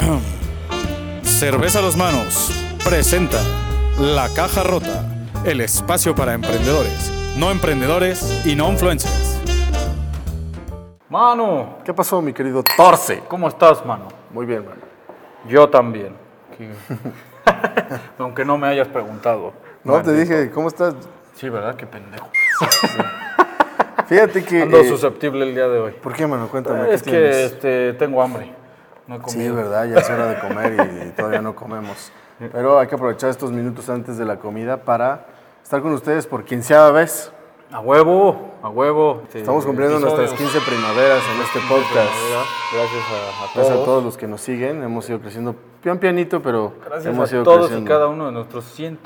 Cerveza a los Manos presenta La Caja Rota, el espacio para emprendedores, no emprendedores y no influencers. Mano, ¿Qué pasó, mi querido Torce? ¿cómo estás, mano? Muy bien, mano. Yo también. Aunque no me hayas preguntado. No, Maldito. te dije, ¿cómo estás? Sí, ¿verdad? Qué pendejo. Fíjate que... Ando susceptible el día de hoy. ¿Por qué, mano? Cuéntame, ¿qué Es tienes? que tengo hambre. No he comido. Sí, verdad, ya es hora de comer y todavía no comemos. Pero hay que aprovechar estos minutos antes de la comida para estar con ustedes por quinceava vez. A huevo, a huevo. Estamos cumpliendo nuestras 15 primaveras en este podcast. Gracias a todos. Gracias a todos los que nos siguen. Hemos ido creciendo pianito, pero Gracias hemos a ido todos creciendo. y cada uno de nuestros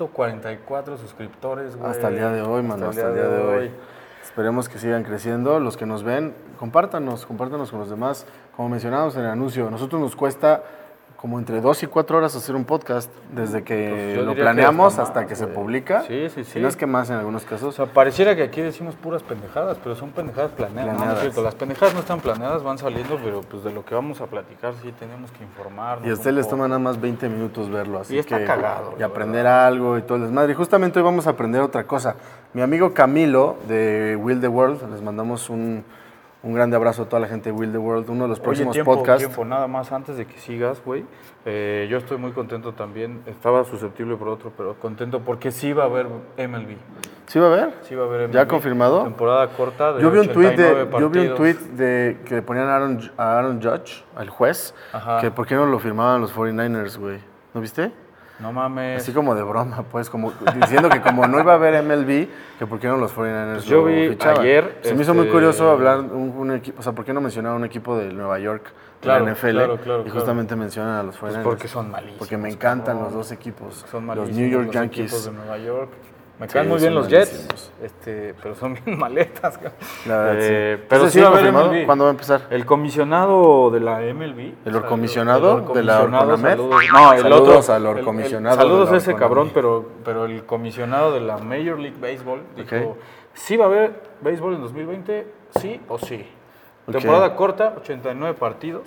144 suscriptores, güey. Hasta el día de hoy, mano, hasta el día de hoy. Esperemos que sigan creciendo. Los que nos ven, compártanos con los demás. Como mencionábamos en el anuncio, a nosotros nos cuesta como entre 2 y 4 horas hacer un podcast, desde que Pues yo lo diría planeamos que hasta que se güey. publica. Sí. Si no es que más en algunos O casos. sea, pareciera que aquí decimos puras pendejadas, pero son pendejadas planeadas. No, no es cierto. Las pendejadas no están planeadas, van saliendo, pero pues de lo que vamos a platicar sí tenemos que informarnos. Y a ustedes les toma nada más 20 minutos verlo, así Y está que cagado, y aprender algo y todo el desmadre. Y justamente hoy vamos a aprender otra cosa. Mi amigo Camilo de Will the World, les mandamos un grande abrazo a toda la gente de Will the World, uno de los próximos podcasts. Tiempo, nada más antes de que sigas, güey. Yo estoy muy contento también. Estaba susceptible por otro, pero contento porque sí va a haber MLB. ¿Sí va a haber? Sí va a haber MLB. ¿Ya confirmado? Temporada corta de Yo vi un tweet 89 partidos. de que ponían a Aaron Judge, al juez, Ajá. que por qué no lo firmaban los 49ers, güey. ¿No viste? No mames. Así como de broma, pues, como diciendo que como no iba a haber MLB, que por qué no los 49ers Pues yo lo vi fichaban. ayer, Se me hizo muy curioso hablar un equipo, o sea, ¿por qué no mencionar un equipo de Nueva York, de Claro, la NFL? claro. Y justamente mencionan a los 49ers. Pues porque son malísimos. Porque me encantan cabrón. los dos equipos. Son los malísimos New York los Yankees. equipos de Nueva York. Me Sí, caen muy bien son los Jets, malísimos. pero son bien maletas. Cabrón. La verdad, sí. Pero Entonces, sí va a haber confirmado, MLB. ¿cuándo va a empezar? El comisionado de la MLB. ¿El orcomisionado de la Orconamed? Saludos. No, el Saludos otro. al orcomisionado Saludos de la a ese Orconamed. cabrón, pero el comisionado de la Major League Baseball dijo, Ok. ¿sí va a haber béisbol en 2020? ¿Sí o sí? Ok. Temporada corta, 89 partidos,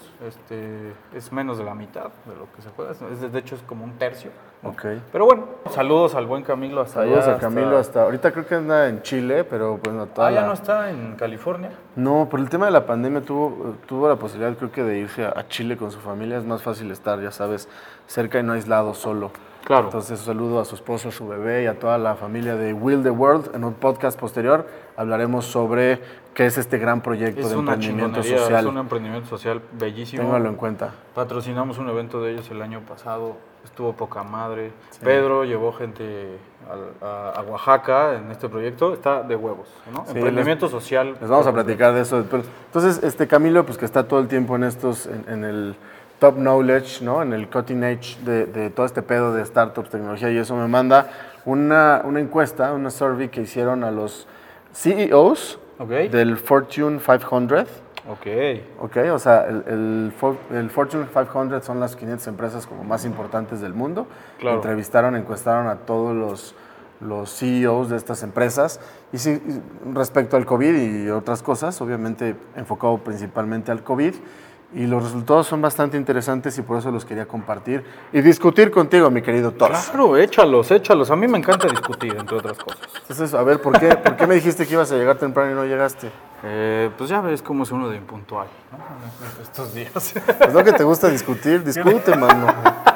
es menos de la mitad de lo que se juega, de hecho es como un tercio. ¿no? Ok. Pero bueno, saludos al buen Camilo hasta Saludos allá, a Camilo hasta... Ahorita creo que anda en Chile, pero bueno, toda ya la- no está en California. No, por el tema de la pandemia tuvo la posibilidad, creo que, de irse a Chile con su familia. Es más fácil estar, ya sabes, cerca y no aislado solo. Claro. Entonces, un saludo a su esposo, a su bebé y a toda la familia de Will the World. En un podcast posterior hablaremos sobre qué es este gran proyecto Es de una emprendimiento chingonería, social. es un emprendimiento social bellísimo. Téngalo en cuenta. Patrocinamos un evento de ellos el año pasado, estuvo poca madre. Sí. Pedro llevó gente a Oaxaca en este proyecto, está de huevos, ¿no? Sí, emprendimiento social. Les vamos a platicar de eso después. Entonces, Camilo, pues que está todo el tiempo en estos, en el top knowledge, ¿no? En el cutting edge de todo este pedo de startups, tecnología, y eso me manda una encuesta, una survey que hicieron a los CEOs del Fortune 500. Ok, o sea, el Fortune 500 son las 500 empresas como más importantes del mundo. Claro. Encuestaron a todos los CEOs de estas empresas. Y sí, respecto al COVID y otras cosas, obviamente enfocado principalmente al COVID. Y los resultados son bastante interesantes y por eso los quería compartir y discutir contigo, mi querido Tos. Claro, échalos. A mí me encanta discutir, entre otras cosas. Entonces, a ver, ¿por qué me dijiste que ibas a llegar temprano y no llegaste? Pues ya ves cómo es uno de impuntual, ¿no? Estos días. Es lo que te gusta discutir, discute, mano.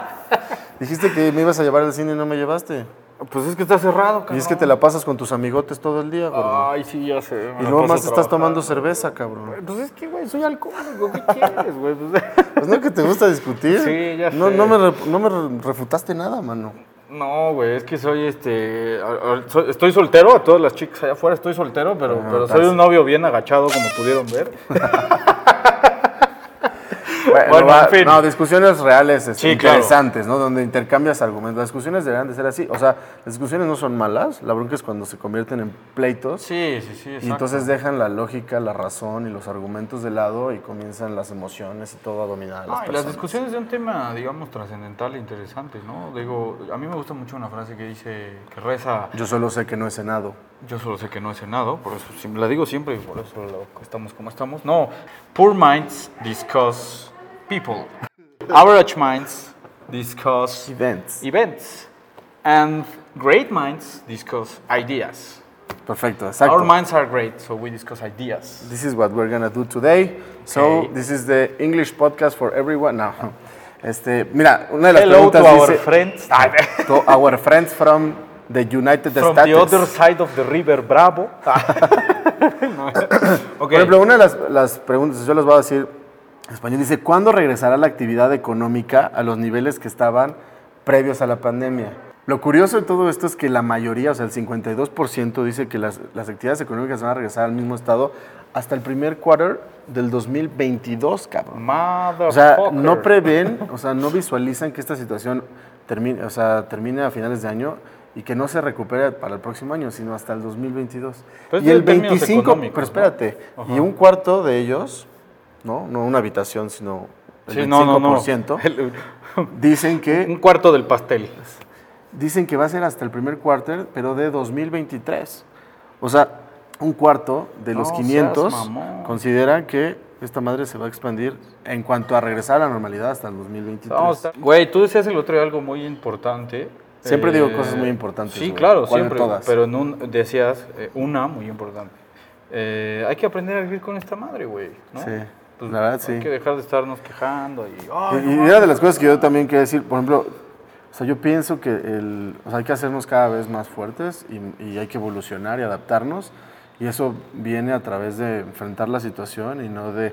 Dijiste que me ibas a llevar al cine y no me llevaste. Pues es que está cerrado, cabrón. Y es que te la pasas con tus amigotes todo el día, gordo. Ay, sí, ya sé. Y luego más estás tomando cerveza, cabrón. Pues es que, güey, soy alcohólico. ¿Qué quieres, güey? Pues no que te gusta discutir. Sí, ya sé. No me refutaste nada, mano. No, güey, es que soy estoy soltero, a todas las chicas allá afuera estoy soltero, pero soy un novio bien agachado, como pudieron ver. Bueno, en fin. No, discusiones reales Sí, interesantes, claro. ¿No? Donde intercambias argumentos. Las discusiones deberían de ser así. O sea, las discusiones no son malas. La bronca es cuando se convierten en pleitos. Sí, exacto. Y entonces dejan la lógica, la razón y los argumentos de lado y comienzan las emociones y todo a dominar a las personas. Las discusiones de un tema, digamos, trascendental e interesante, ¿no? Digo, a mí me gusta mucho una frase que dice, que reza... Yo solo sé que no he cenado. Yo solo sé que no he cenado, por eso la digo siempre y por eso estamos como estamos. No, poor minds discuss people. Average minds discuss Events. and great minds discuss ideas. Perfecto, exacto. Our minds are great, so we discuss ideas. This is what we're going to do today. So, Okay. this is the English podcast for everyone. No. Mira, una de las Hello to preguntas our dice... friends To our friends from the United from States. the other side of the river Bravo. No. Okay. Por ejemplo, una de las preguntas, yo les voy a decir en español, dice, ¿cuándo regresará la actividad económica a los niveles que estaban previos a la pandemia? Lo curioso de todo esto es que la mayoría, o sea, el 52% dice que las actividades económicas van a regresar al mismo estado hasta el primer quarter del 2022, cabrón. O sea, no prevén, o sea, no visualizan que esta situación termine a finales de año y que no se recupere para el próximo año, sino hasta el 2022. Pero Y es el de términos 25, económicos, pero espérate, ¿no? y un cuarto de ellos, no una habitación, sino el Sí, 25%, dicen que Un cuarto del pastel. Dicen que va a ser hasta el primer quarter, pero de 2023. O sea, un cuarto de los No 500 seas mamón. consideran que esta madre se va a expandir en cuanto a regresar a la normalidad hasta el 2023. Güey, tú decías el otro día algo muy importante. Siempre digo cosas muy importantes, Sí, güey. claro, ¿Cuál de siempre. todas? Pero decías una muy importante. Hay que aprender a vivir con esta madre, güey. ¿no? Sí, la verdad, sí. Hay que dejar de estarnos quejando y... Y una de las cosas que yo también quiero decir, por ejemplo, o sea, yo pienso que hay que hacernos cada vez más fuertes y hay que evolucionar y adaptarnos. Y eso viene a través de enfrentar la situación y no de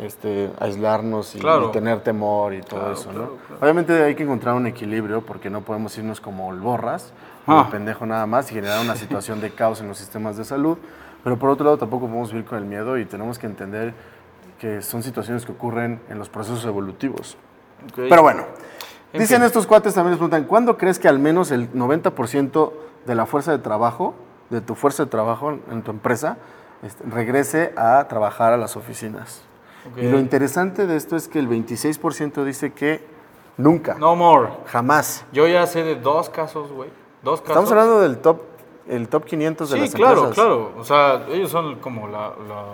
aislarnos y tener temor y todo eso, ¿no? Claro. Obviamente hay que encontrar un equilibrio porque no podemos irnos como borras, como pendejo nada más y generar una situación de caos en los sistemas de salud. Pero por otro lado tampoco podemos vivir con el miedo y tenemos que entender que son situaciones que ocurren en los procesos evolutivos. Okay. Pero bueno, En dicen fin. estos cuates también les preguntan, ¿cuándo crees que al menos el 90% de la fuerza de trabajo, de tu fuerza de trabajo en tu empresa, regrese a trabajar a las oficinas? Okay. Y lo interesante de esto es que el 26% dice que nunca, No more. jamás. Yo ya sé de dos casos, güey. Dos casos. Estamos hablando del top 500 de Sí, las claro, empresas. claro. O sea, ellos son como La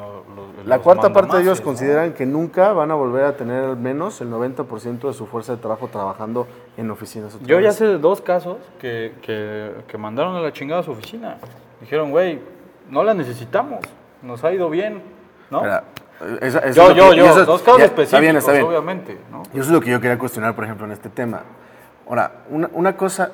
los cuarta parte de ellos mandamases, ¿no? consideran que nunca van a volver a tener al menos el 90% de su fuerza de trabajo trabajando en oficinas. otra Yo ya vez. sé de dos casos que mandaron a la chingada a su oficina. Dijeron, güey, no la necesitamos, nos ha ido bien, ¿no? Espera, eso es Yo, lo que- y eso- dos casos ya, específicos, está bien. obviamente, ¿no? Y eso es lo que yo quería cuestionar, por ejemplo, en este tema. Ahora, una cosa,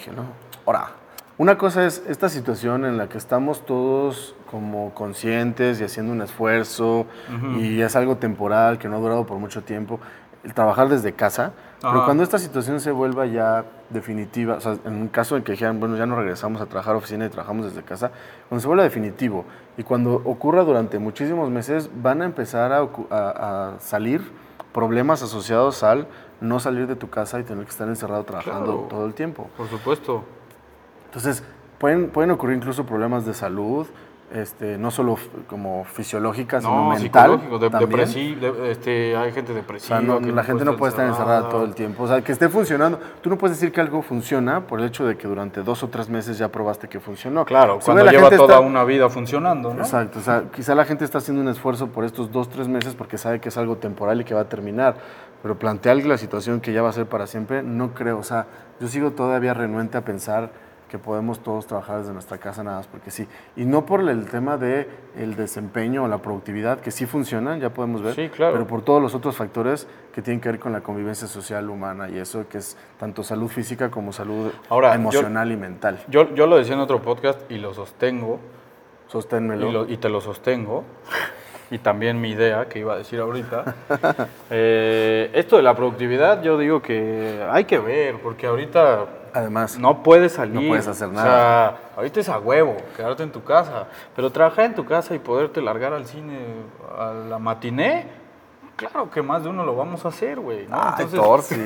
una cosa es esta situación en la que estamos todos como conscientes y haciendo un esfuerzo y es algo temporal que no ha durado por mucho tiempo, el trabajar desde casa. Pero Ajá. cuando esta situación se vuelva ya definitiva, o sea, en un caso en que dijeran, bueno, ya no regresamos a trabajar a oficina y trabajamos desde casa, cuando se vuelva definitivo y cuando ocurra durante muchísimos meses, van a empezar a salir problemas asociados al no salir de tu casa y tener que estar encerrado trabajando Claro. todo el tiempo. Por supuesto. Entonces, pueden ocurrir incluso problemas de salud, no solo como fisiológicas, sino mental. psicológico, también. depresivo, hay gente O depresiva. sea, que la gente no puede estar encerrada encerrada. todo el tiempo. O sea, que esté funcionando. Tú no puedes decir que algo funciona por el hecho de que durante 2 o 3 meses ya probaste que funcionó. Claro, Si cuando la lleva gente toda está- una vida funcionando, ¿no? Exacto, o sea, quizá la gente está haciendo un esfuerzo por estos 2 o 3 meses porque sabe que es algo temporal y que va a terminar. Pero plantear la situación que ya va a ser para siempre, no creo. O sea, yo sigo todavía renuente a pensar que podemos todos trabajar desde nuestra casa nada más porque sí. Y no por el tema de el desempeño o la productividad, que sí funcionan, ya podemos ver, Sí, claro. pero por todos los otros factores que tienen que ver con la convivencia social humana y eso que es tanto salud física como salud Ahora, emocional y mental. Yo lo decía en otro podcast y lo sostengo, Sosténmelo. y te lo sostengo, y también mi idea que iba a decir ahorita. Esto de la productividad, yo digo que hay que ver, porque ahorita Además, no puedes salir. No puedes hacer O nada. sea, ahorita es a huevo, quedarte en tu casa. Pero trabajar en tu casa y poderte largar al cine a la matiné, claro que más de uno lo vamos a hacer, güey, ¿no? ay, Torsi,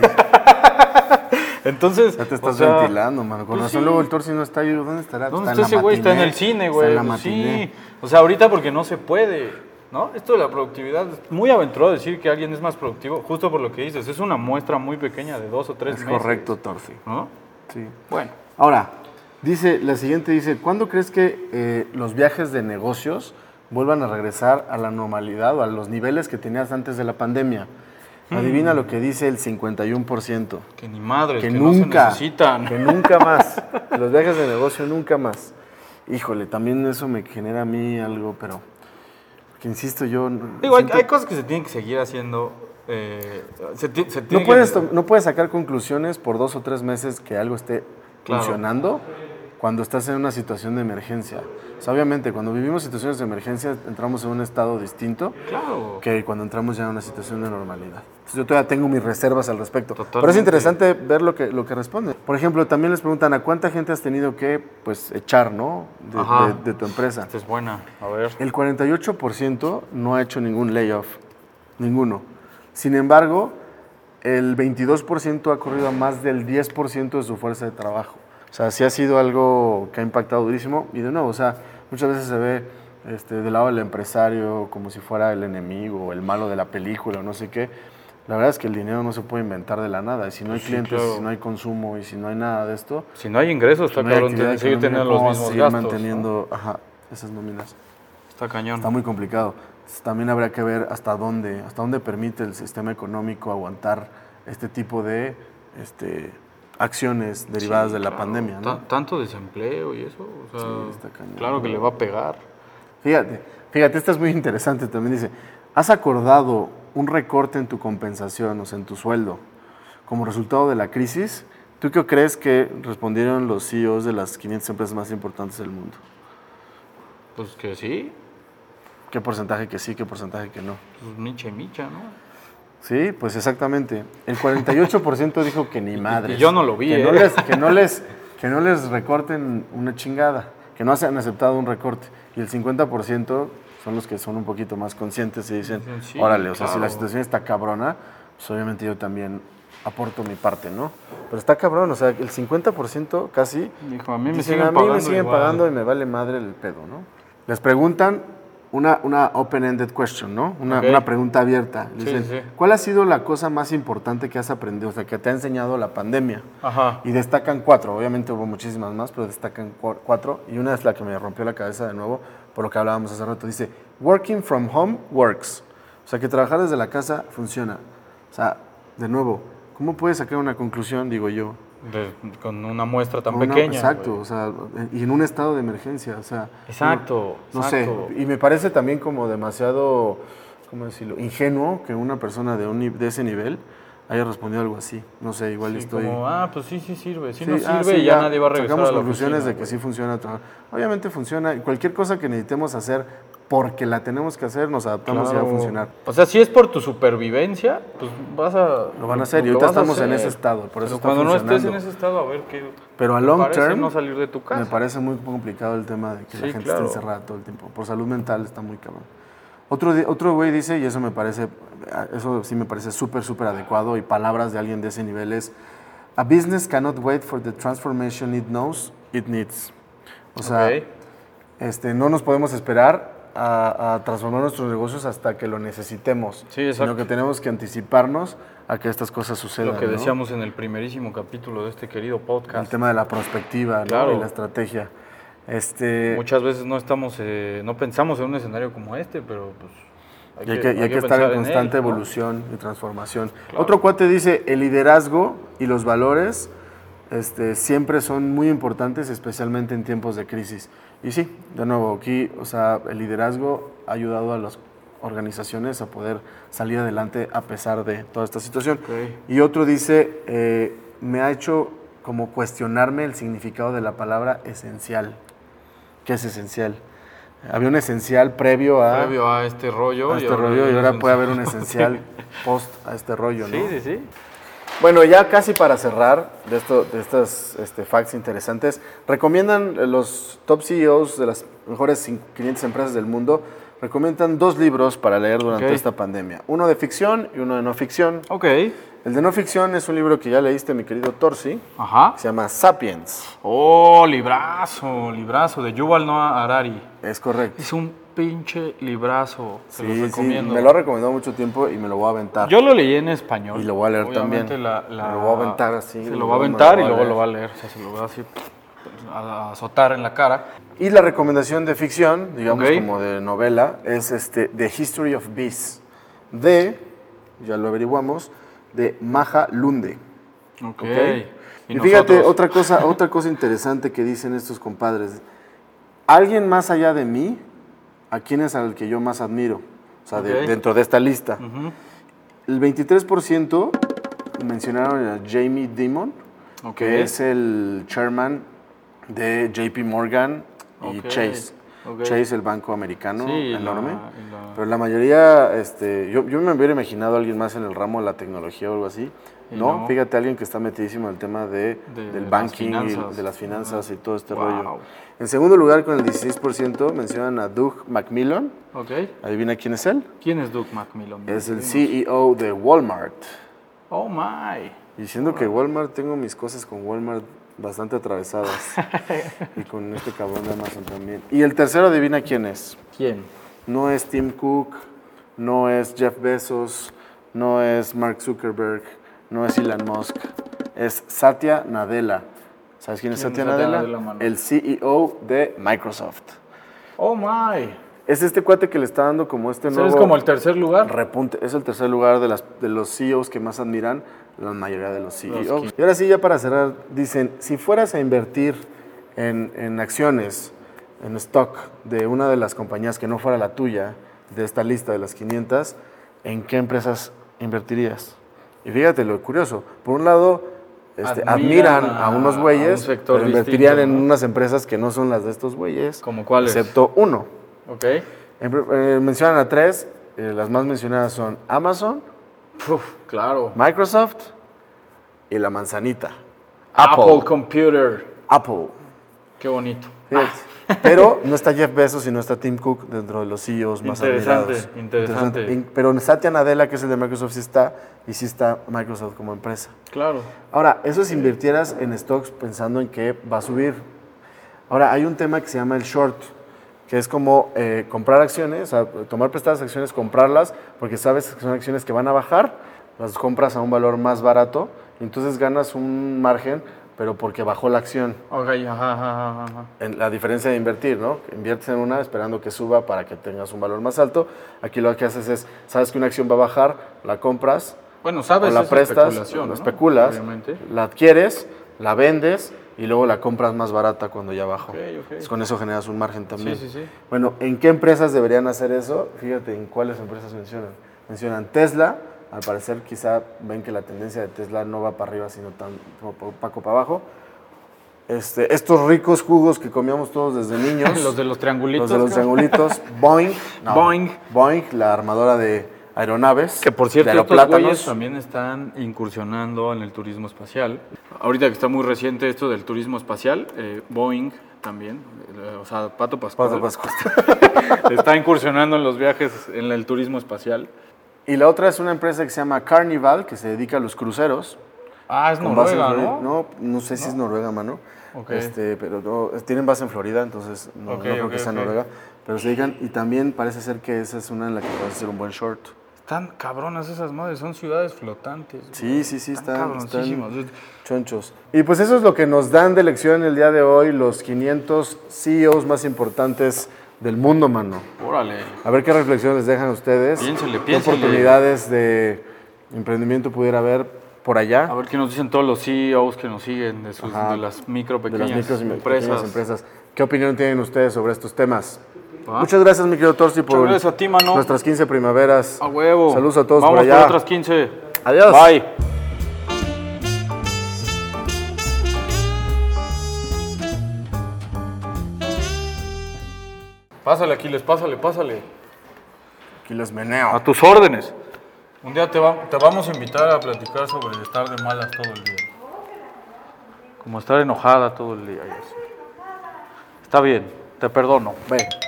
entonces, ya te o estás sea, ventilando, mano. Con pues razón sí. luego el Torsi no está ahí. ¿Dónde estará? ¿Dónde Está está en ese la güey? Está en matiné. el cine, Está güey. en la Pues matiné. sí. O sea, ahorita porque no se puede, ¿no? Esto de la productividad, es muy aventurado decir que alguien es más productivo, justo por lo que dices. Es una muestra muy pequeña de 2 o 3 Es meses. correcto, Torsi. ¿No? Sí. Bueno. Ahora, la siguiente dice, ¿cuándo crees que los viajes de negocios vuelvan a regresar a la normalidad o a los niveles que tenías antes de la pandemia? Adivina lo que dice el 51%. Que ni madres, Que que nunca, no se necesitan. que nunca más. Los viajes de negocio nunca más. Híjole, también eso me genera a mí algo, pero que insisto yo... Digo, siento- hay cosas que se tienen que seguir haciendo. No puedes sacar conclusiones por 2 o 3 meses que algo esté Claro. funcionando cuando estás en una situación de emergencia. O sea, obviamente, cuando vivimos situaciones de emergencia, entramos en un estado distinto Claro. que cuando entramos ya en una situación de normalidad. Entonces, yo todavía tengo mis reservas al respecto. Pero es Totalmente. interesante ver lo que responde. Por ejemplo, también les preguntan a cuánta gente has tenido que pues, echar, ¿no? Ajá. De tu empresa. Esta es buena. A ver. El 48% no ha hecho ningún layoff, ninguno. Sin embargo, el 22% ha corrido a más del 10% de su fuerza de trabajo. O sea, sí ha sido algo que ha impactado durísimo. Y de nuevo, o sea, muchas veces se ve del lado del empresario como si fuera el enemigo o el malo de la película o no sé qué. La verdad es que el dinero no se puede inventar de la nada. Y si no hay Sí, clientes, claro. si no hay consumo y si no hay nada de esto, Si no hay ingresos, está no hay cabrón actividad seguir económica, teniendo los ¿cómo vas a mismos seguir gastos. manteniendo esas nóminas? Está cañón. Está muy complicado. También habrá que ver hasta dónde permite el sistema económico aguantar este tipo de acciones derivadas Sí, de la claro. pandemia, ¿no? Tanto desempleo y eso. O sea, Sí, está cañón. claro que le va a pegar. Fíjate, esta es muy interesante también. Dice, ¿has acordado un recorte en tu compensación, o sea, en tu sueldo, como resultado de la crisis? ¿Tú qué crees que respondieron los CEOs de las 500 empresas más importantes del mundo? Pues que sí. ¿Qué porcentaje que sí, qué porcentaje que no? Pues micha y micha, ¿no? Sí, pues exactamente. El 48% dijo que ni madres. y yo no lo vi, que, ¿eh? que no les recorten una chingada, que no se han aceptado un recorte. Y el 50% son los que son un poquito más conscientes y dicen, Sí, órale, o sea, si la claro. situación está cabrona, pues obviamente yo también aporto mi parte, ¿no? Pero está cabrón, o sea, el 50% casi Dijo, a mí me dicen, siguen a mí pagando me siguen igual". pagando y me vale madre el pedo, ¿no? Les preguntan una open-ended question, ¿no? Una Ok. pregunta abierta. Sí, Dicen, sí. ¿cuál ha sido la cosa más importante que has aprendido, o sea, que te ha enseñado la pandemia? Ajá. Y destacan 4, obviamente hubo muchísimas más, pero destacan 4, y una es la que me rompió la cabeza de nuevo, por lo que hablábamos hace rato. Dice, working from home works. O sea, que trabajar desde la casa funciona. O sea, de nuevo, ¿cómo puedes sacar una conclusión, digo yo? Con una muestra tan Con una- pequeña. Exacto, güey. o sea, y en un estado de emergencia, o sea. Exacto, No exacto. sé, y me parece también como demasiado, ¿cómo decirlo? Ingenuo que una persona de ese nivel haya respondido algo así. No sé, igual Sí, estoy... como, pues sí sirve. Si Sí, no sirve, sí, ya nadie va a regresar sacamos a la conclusiones oficina, de que güey. sí funciona trabajar. Obviamente funciona, y cualquier cosa que necesitemos hacer porque la tenemos que hacer, nos adaptamos y va a Claro. funcionar. O sea, si es por tu supervivencia, pues vas a... Lo van a hacer, y lo ahorita vas a estamos en hacer. ese estado, por eso Pero está cuando no estés en funcionando. ese estado, a ver qué... Pero a te long parece term, no salir de tu casa. me parece muy complicado el tema de que la Sí, gente claro. esté encerrada todo el tiempo. Por salud mental está muy cabrón. Otro güey dice, y eso sí me parece súper adecuado, y palabras de alguien de ese nivel es, a business cannot wait for the transformation it knows it needs. O sea, Ok. no nos podemos esperar a transformar nuestros negocios hasta que lo necesitemos, Sí, exacto. sino que tenemos que anticiparnos a que estas cosas sucedan. Lo que ¿no? decíamos en el primerísimo capítulo de este querido El podcast. tema de la prospectiva, ¿no? Claro. Y la estrategia. Muchas veces no pensamos en un escenario como este, pero pues Y hay que estar pensar en constante él, ¿no? evolución y transformación. Claro. Otro cuate dice, el liderazgo y los valores siempre son muy importantes, especialmente en tiempos de crisis. Y sí, de nuevo, aquí, o sea, el liderazgo ha ayudado a las organizaciones a poder salir adelante a pesar de toda esta situación. Ok. Y otro dice, me ha hecho como cuestionarme el significado de la palabra esencial. ¿Qué es esencial? Había un esencial previo Previo a este rollo. y ahora es puede haber un esencial post a este rollo, ¿no? Sí, sí, sí. Bueno, ya casi para cerrar de estas facts interesantes, recomiendan los top CEOs de las mejores 500 empresas del mundo, recomiendan 2 libros para leer durante Ok. esta pandemia. Uno de ficción y uno de no ficción. Ok. El de no ficción es un libro que ya leíste, mi querido Torsi, Ajá. que se llama Sapiens. Oh, librazo de Yuval Noah Harari. Es correcto. Es un pinche librazo. Te lo Sí, recomiendo. me lo ha recomendado mucho tiempo y me lo voy a aventar. Yo lo leí en español. Y lo voy a leer Obviamente también. Me Me lo voy a aventar así, Se lo lo va a voy a aventar y leer. luego lo va a leer. O sea, se lo va así a azotar en la cara. Y la recomendación de ficción, digamos Ok. como de novela, es The History of Bees, de ya lo averiguamos, de Maja Lunde. Ok. Y fíjate, otra cosa interesante que dicen estos compadres. Alguien más allá de mí, ¿a quién es al que yo más admiro? O sea, dentro de esta lista. El 23% mencionaron a Jamie Dimon, que es el chairman de JP Morgan y Chase. Chase, el banco americano, enorme. Pero la mayoría, yo me hubiera imaginado a alguien más en el ramo de la tecnología o algo así. No, fíjate, alguien que está metidísimo en el tema del banking y de las finanzas y todo este rollo. En segundo lugar, con el 16%, mencionan a Doug McMillon. ¿Adivina quién es él? ¿Quién es Doug McMillon? Es el CEO de Walmart. Oh my. Diciendo que Walmart, tengo mis cosas con Walmart bastante atravesadas. Y con este cabrón de Amazon también. Y el tercero, adivina quién es. ¿Quién? No es Tim Cook, no es Jeff Bezos, no es Mark Zuckerberg, no es Elon Musk, es Satya Nadella. ¿Sabes quién es Satya Nadella? El CEO de Microsoft. Oh my. Es este cuate que le está dando como este nuevo... ¿Es como el tercer lugar? Repunte. Es el tercer lugar de los CEOs que más admiran la mayoría de los CEOs. Y ahora sí, ya para cerrar, dicen, si fueras a invertir en acciones, en stock de una de las compañías que no fuera la tuya, de esta lista de las 500, ¿en qué empresas invertirías? Y fíjate lo curioso. Por un lado, admiran a unos güeyes, pero invertirían en unas empresas que no son las de estos güeyes. ¿Como cuáles? Excepto uno. Ok. Mencionan a tres. Las más mencionadas son Amazon, claro, Microsoft y la manzanita. Apple Computer. Apple. Qué bonito. Pero no está Jeff Bezos y no está Tim Cook dentro de los CEOs más admirados. Interesante. Pero Satya Nadella, que es el de Microsoft, sí está, y sí está Microsoft como empresa. Claro. Ahora, eso es invirtieras en stocks pensando en que va a subir. Ahora, hay un tema que se llama el short, que es como comprar acciones, o sea, tomar prestadas acciones, comprarlas, porque sabes que son acciones que van a bajar, las compras a un valor más barato, y entonces ganas un margen, pero porque bajó la acción. Ok, ajá. En la diferencia de invertir, ¿no? Inviertes en una esperando que suba para que tengas un valor más alto. Aquí lo que haces es, sabes que una acción va a bajar, la compras, bueno, sabes, o la prestas, especulación, o la ¿no? especulas, Obviamente. la adquieres, la vendes y luego la compras más barata cuando ya bajó. Okay. Pues con eso generas un margen también. Sí. Bueno, ¿en qué empresas deberían hacer eso? Fíjate en cuáles empresas mencionan. Mencionan Tesla. Al parecer quizá ven que la tendencia de Tesla no va para arriba, sino tan opaco para abajo. Estos ricos jugos que comíamos todos desde niños. Los de los triangulitos. Boeing. Boeing, la armadora de aeronaves. Que por cierto, de estos güeyes aeroplátanos. también están incursionando en el turismo espacial. Ahorita que está muy reciente esto del turismo espacial, Boeing también, o sea, Pato Pascual. Está incursionando en los viajes, en el turismo espacial. Y la otra es una empresa que se llama Carnival, que se dedica a los cruceros. Ah, es Noruega, ¿no? No sé si es Noruega, mano. Okay. Pero no, tienen base en Florida, entonces no creo que sea Noruega. Pero se dedican, y también parece ser que esa es una en la que puedes hacer un buen short. Están cabronas esas madres, son ciudades flotantes. Sí, están chonchos. Y pues eso es lo que nos dan de lección el día de hoy, los 500 CEOs más importantes del mundo, mano. Órale. A ver qué reflexiones les dejan ustedes. Piénsele. ¿Qué oportunidades de emprendimiento pudiera haber por allá? A ver qué nos dicen todos los CEOs que nos siguen de las pequeñas empresas. ¿Qué opinión tienen ustedes sobre estos temas? Muchas gracias, mi querido Torsi, por gracias a ti, mano. Nuestras 15 primaveras. A huevo. Saludos a todos por allá. Vamos por otras 15. Adiós. Bye. Pásale, Aquiles, pásale. Aquí les meneo. A tus órdenes. Un día te vamos a invitar a platicar sobre estar de malas todo el día. Como estar enojada todo el día. Está bien, te perdono. Ve.